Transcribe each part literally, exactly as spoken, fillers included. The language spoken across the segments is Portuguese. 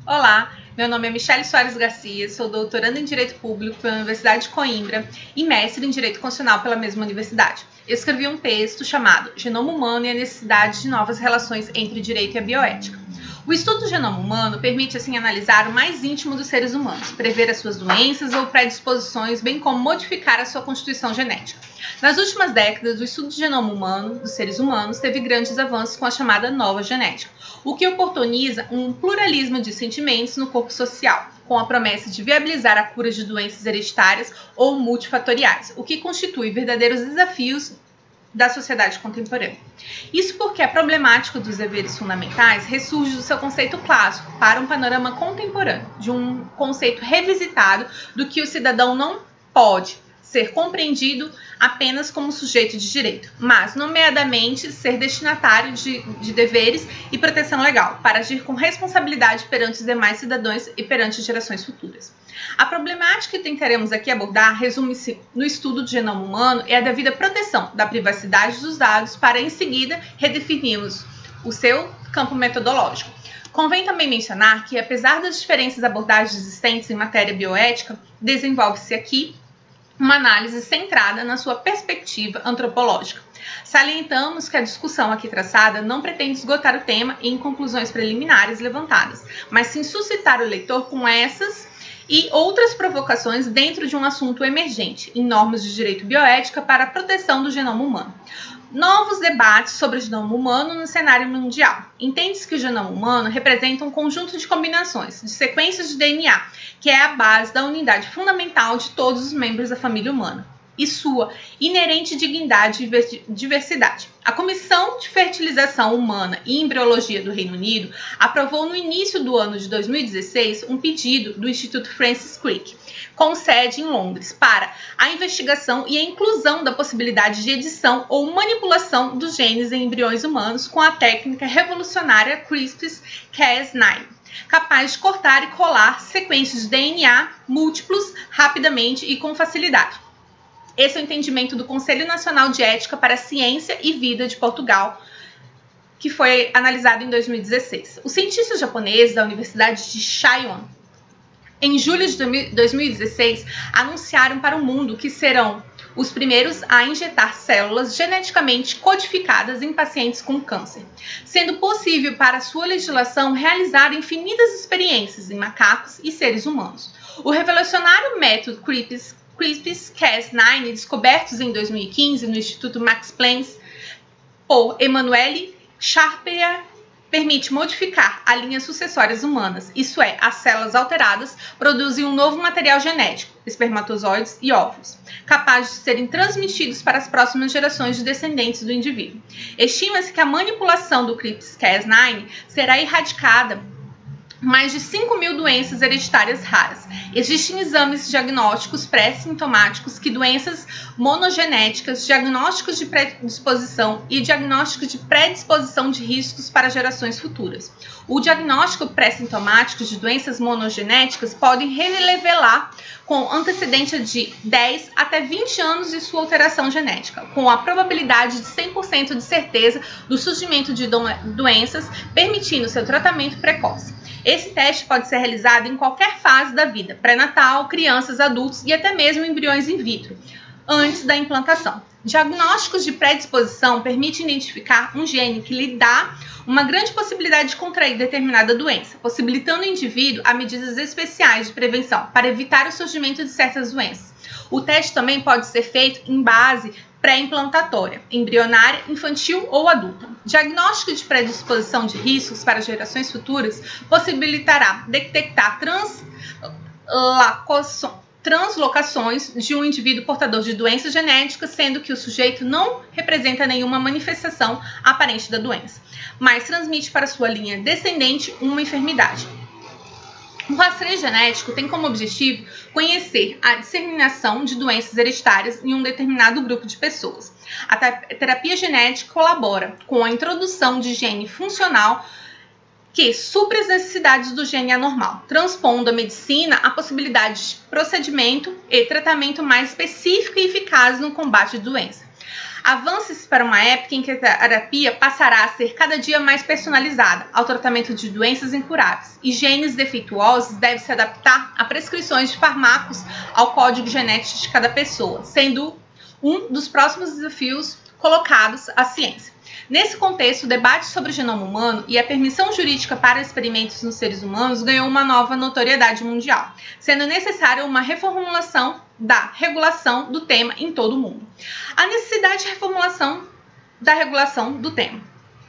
Olá, meu nome é Michele Soares Garcia, sou doutoranda em Direito Público pela Universidade de Coimbra e mestre em Direito Constitucional pela mesma universidade. Eu escrevi um texto chamado Genoma Humano e a Necessidade de Novas Relações entre Direito e a Bioética. O estudo do genoma humano permite, assim, analisar o mais íntimo dos seres humanos, prever as suas doenças ou predisposições, bem como modificar a sua constituição genética. Nas últimas décadas, o estudo do genoma humano, dos seres humanos, teve grandes avanços com a chamada nova genética, o que oportuniza um pluralismo de sentimentos no corpo social, com a promessa de viabilizar a cura de doenças hereditárias ou multifatoriais, o que constitui verdadeiros desafios da sociedade contemporânea. Isso porque a problemática dos deveres fundamentais ressurge do seu conceito clássico para um panorama contemporâneo, de um conceito revisitado do que o cidadão não pode ser compreendido apenas como sujeito de direito, mas, nomeadamente, ser destinatário de, de deveres e proteção legal, para agir com responsabilidade perante os demais cidadãos e perante gerações futuras. A problemática que tentaremos aqui abordar resume-se no estudo do genoma humano e a devida proteção da privacidade dos dados para, em seguida, redefinirmos o seu campo metodológico. Convém também mencionar que, apesar das diferentes abordagens existentes em matéria bioética, desenvolve-se aqui uma análise centrada na sua perspectiva antropológica. Salientamos que a discussão aqui traçada não pretende esgotar o tema em conclusões preliminares levantadas, mas sim suscitar o leitor com essas e outras provocações dentro de um assunto emergente, em normas de direito bioética para a proteção do genoma humano. Novos debates sobre o genoma humano no cenário mundial. Entende-se que o genoma humano representa um conjunto de combinações, de sequências de D N A, que é a base da unidade fundamental de todos os membros da família humana, e sua inerente dignidade e diversidade. A Comissão de Fertilização Humana e Embriologia do Reino Unido aprovou no início do ano de dois mil e dezesseis um pedido do Instituto Francis Crick, com sede em Londres, para a investigação e a inclusão da possibilidade de edição ou manipulação dos genes em embriões humanos com a técnica revolucionária CRISPR Cas nove, capaz de cortar e colar sequências de D N A múltiplos rapidamente e com facilidade. Esse é o entendimento do Conselho Nacional de Ética para a Ciência e Vida de Portugal, que foi analisado em dois mil e dezesseis. Os cientistas japoneses da Universidade de Xi'an, em julho de dois mil e dezesseis, anunciaram para o mundo que serão os primeiros a injetar células geneticamente codificadas em pacientes com câncer, sendo possível para sua legislação realizar infinitas experiências em macacos e seres humanos. O revolucionário método CRISPR CRISPR-Cas nove, descobertos em dois mil e quinze no Instituto Max Planck por Emmanuelle Charpentier, permite modificar as linhas sucessórias humanas, isso é, as células alteradas produzem um novo material genético, espermatozoides e óvulos, capazes de serem transmitidos para as próximas gerações de descendentes do indivíduo. Estima-se que a manipulação do CRISPR-Cas nove será erradicada mais de cinco mil doenças hereditárias raras. Existem exames diagnósticos pré-sintomáticos que doenças monogenéticas, diagnósticos de predisposição e diagnósticos de predisposição de riscos para gerações futuras. O diagnóstico pré-sintomático de doenças monogenéticas podem revelar com antecedência de dez até vinte anos de sua alteração genética, com a probabilidade de cem por cento de certeza do surgimento de do- doenças, permitindo seu tratamento precoce. Esse teste pode ser realizado em qualquer fase da vida, pré-natal, crianças, adultos e até mesmo embriões in vitro, antes da implantação. Diagnósticos de predisposição permitem identificar um gene que lhe dá uma grande possibilidade de contrair determinada doença, possibilitando o indivíduo a medidas especiais de prevenção para evitar o surgimento de certas doenças. O teste também pode ser feito em base pré-implantatória, embrionária, infantil ou adulta. Diagnóstico de predisposição de riscos para gerações futuras possibilitará detectar translocações de um indivíduo portador de doenças genéticas, sendo que o sujeito não representa nenhuma manifestação aparente da doença, mas transmite para sua linha descendente uma enfermidade. O rastreio genético tem como objetivo conhecer a disseminação de doenças hereditárias em um determinado grupo de pessoas. A terapia genética colabora com a introdução de gene funcional que supre as necessidades do gene anormal, transpondo a medicina a possibilidade de procedimento e tratamento mais específico e eficaz no combate à doença. Avança-se para uma época em que a terapia passará a ser cada dia mais personalizada ao tratamento de doenças incuráveis, e genes defeituosos devem se adaptar a prescrições de fármacos ao código genético de cada pessoa, sendo um dos próximos desafios colocados à ciência. Nesse contexto, o debate sobre o genoma humano e a permissão jurídica para experimentos nos seres humanos ganhou uma nova notoriedade mundial, sendo necessária uma reformulação da regulação do tema em todo o mundo. A necessidade de reformulação da regulação do tema.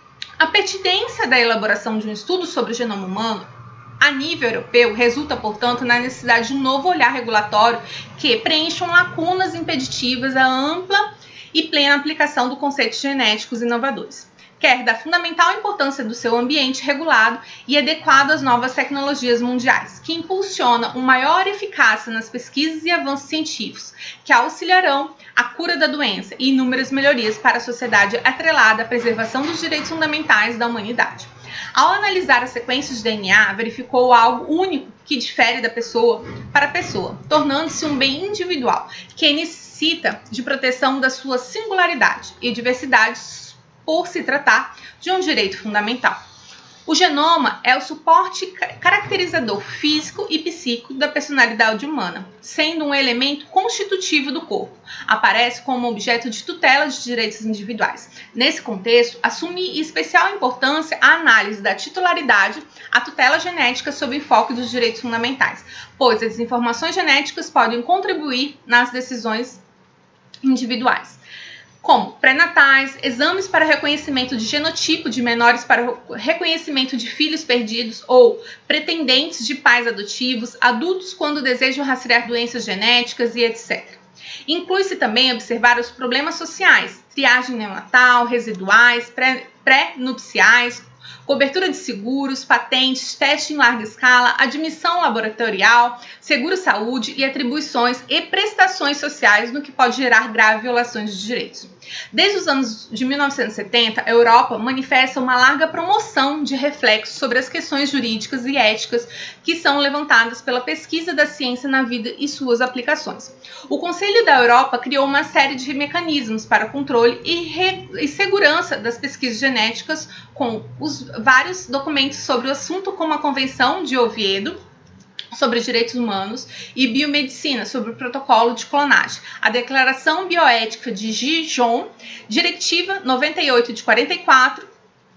A pertinência da elaboração de um estudo sobre o genoma humano a nível europeu resulta, portanto, na necessidade de um novo olhar regulatório que preencham lacunas impeditivas à ampla e plena aplicação do conceitos genéticos inovadores, quer da fundamental importância do seu ambiente regulado e adequado às novas tecnologias mundiais, que impulsionam uma maior eficácia nas pesquisas e avanços científicos, que auxiliarão a cura da doença e inúmeras melhorias para a sociedade atrelada à preservação dos direitos fundamentais da humanidade. Ao analisar a sequência de D N A, verificou algo único que difere da pessoa para pessoa, tornando-se um bem individual, que necessita de proteção da sua singularidade e diversidade por se tratar de um direito fundamental. O genoma é o suporte caracterizador físico e psíquico da personalidade humana, sendo um elemento constitutivo do corpo. Aparece como objeto de tutela de direitos individuais. Nesse contexto, assume especial importância a análise da titularidade, a tutela genética sob enfoque dos direitos fundamentais, pois as informações genéticas podem contribuir nas decisões individuais, como pré-natais, exames para reconhecimento de genotipo de menores para reconhecimento de filhos perdidos ou pretendentes de pais adotivos, adultos quando desejam rastrear doenças genéticas e etcétera. Inclui-se também observar os problemas sociais, triagem neonatal, residuais, pré- pré-nupciais, cobertura de seguros, patentes, teste em larga escala, admissão laboratorial, seguro-saúde e atribuições e prestações sociais, no que pode gerar graves violações de direitos. Desde os anos de mil novecentos e setenta, a Europa manifesta uma larga promoção de reflexos sobre as questões jurídicas e éticas que são levantadas pela pesquisa da ciência na vida e suas aplicações. O Conselho da Europa criou uma série de mecanismos para controle e, re... e segurança das pesquisas genéticas, com os vários documentos sobre o assunto, como a Convenção de Oviedo sobre os Direitos Humanos e Biomedicina sobre o Protocolo de Clonagem, a Declaração Bioética de Dijon, Diretiva noventa e oito de quarenta e quatro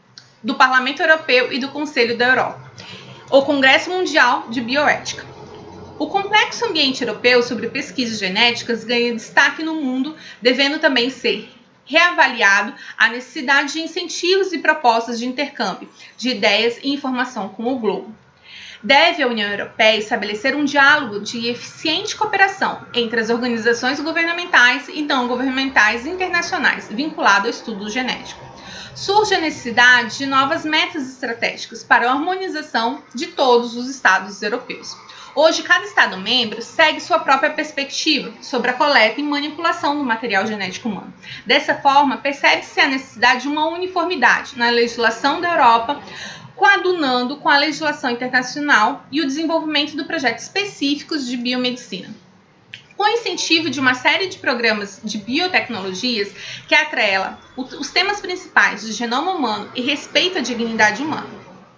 do Parlamento Europeu e do Conselho da Europa, o Congresso Mundial de Bioética. O complexo ambiente europeu sobre pesquisas genéticas ganha destaque no mundo, devendo também ser reavaliado a necessidade de incentivos e propostas de intercâmbio de ideias e informação com o globo. Deve a União Europeia estabelecer um diálogo de eficiente cooperação entre as organizações governamentais e não governamentais internacionais vinculado ao estudo genético. Surge a necessidade de novas metas estratégicas para a harmonização de todos os Estados europeus. Hoje, cada Estado-membro segue sua própria perspectiva sobre a coleta e manipulação do material genético humano. Dessa forma, percebe-se a necessidade de uma uniformidade na legislação da Europa, coadunando com a legislação internacional e o desenvolvimento de projetos específicos de biomedicina. Com o incentivo de uma série de programas de biotecnologias que atrela os temas principais de genoma humano e respeito à dignidade humana,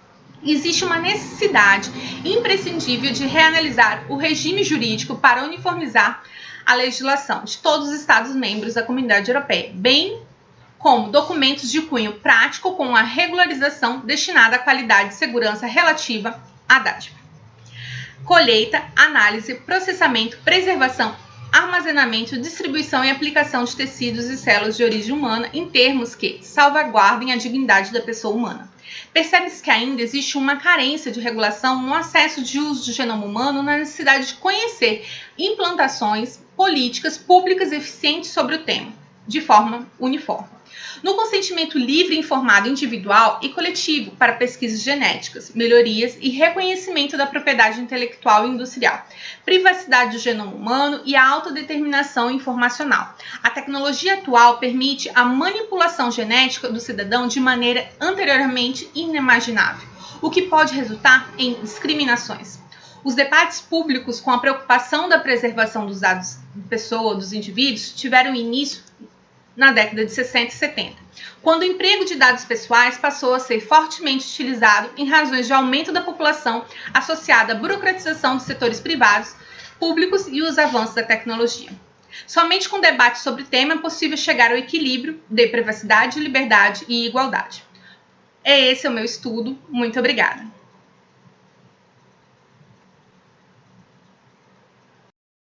existe uma necessidade imprescindível de reanalisar o regime jurídico para uniformizar a legislação de todos os Estados-membros da Comunidade Europeia, bem como documentos de cunho prático com a regularização destinada à qualidade e segurança relativa à dádiva. Colheita, análise, processamento, preservação, armazenamento, distribuição e aplicação de tecidos e células de origem humana em termos que salvaguardem a dignidade da pessoa humana. Percebe-se que ainda existe uma carência de regulação no acesso de uso do genoma humano, na necessidade de conhecer implantações políticas públicas eficientes sobre o tema, de forma uniforme. No consentimento livre e informado individual e coletivo para pesquisas genéticas, melhorias e reconhecimento da propriedade intelectual e industrial, privacidade do genoma humano e a autodeterminação informacional. A tecnologia atual permite a manipulação genética do cidadão de maneira anteriormente inimaginável, o que pode resultar em discriminações. Os debates públicos com a preocupação da preservação dos dados de pessoa, dos indivíduos, tiveram início na década de sessenta e setenta, quando o emprego de dados pessoais passou a ser fortemente utilizado em razões de aumento da população associada à burocratização dos setores privados, públicos e os avanços da tecnologia. Somente com debate sobre o tema é possível chegar ao equilíbrio de privacidade, liberdade e igualdade. É esse o meu estudo. Muito obrigada.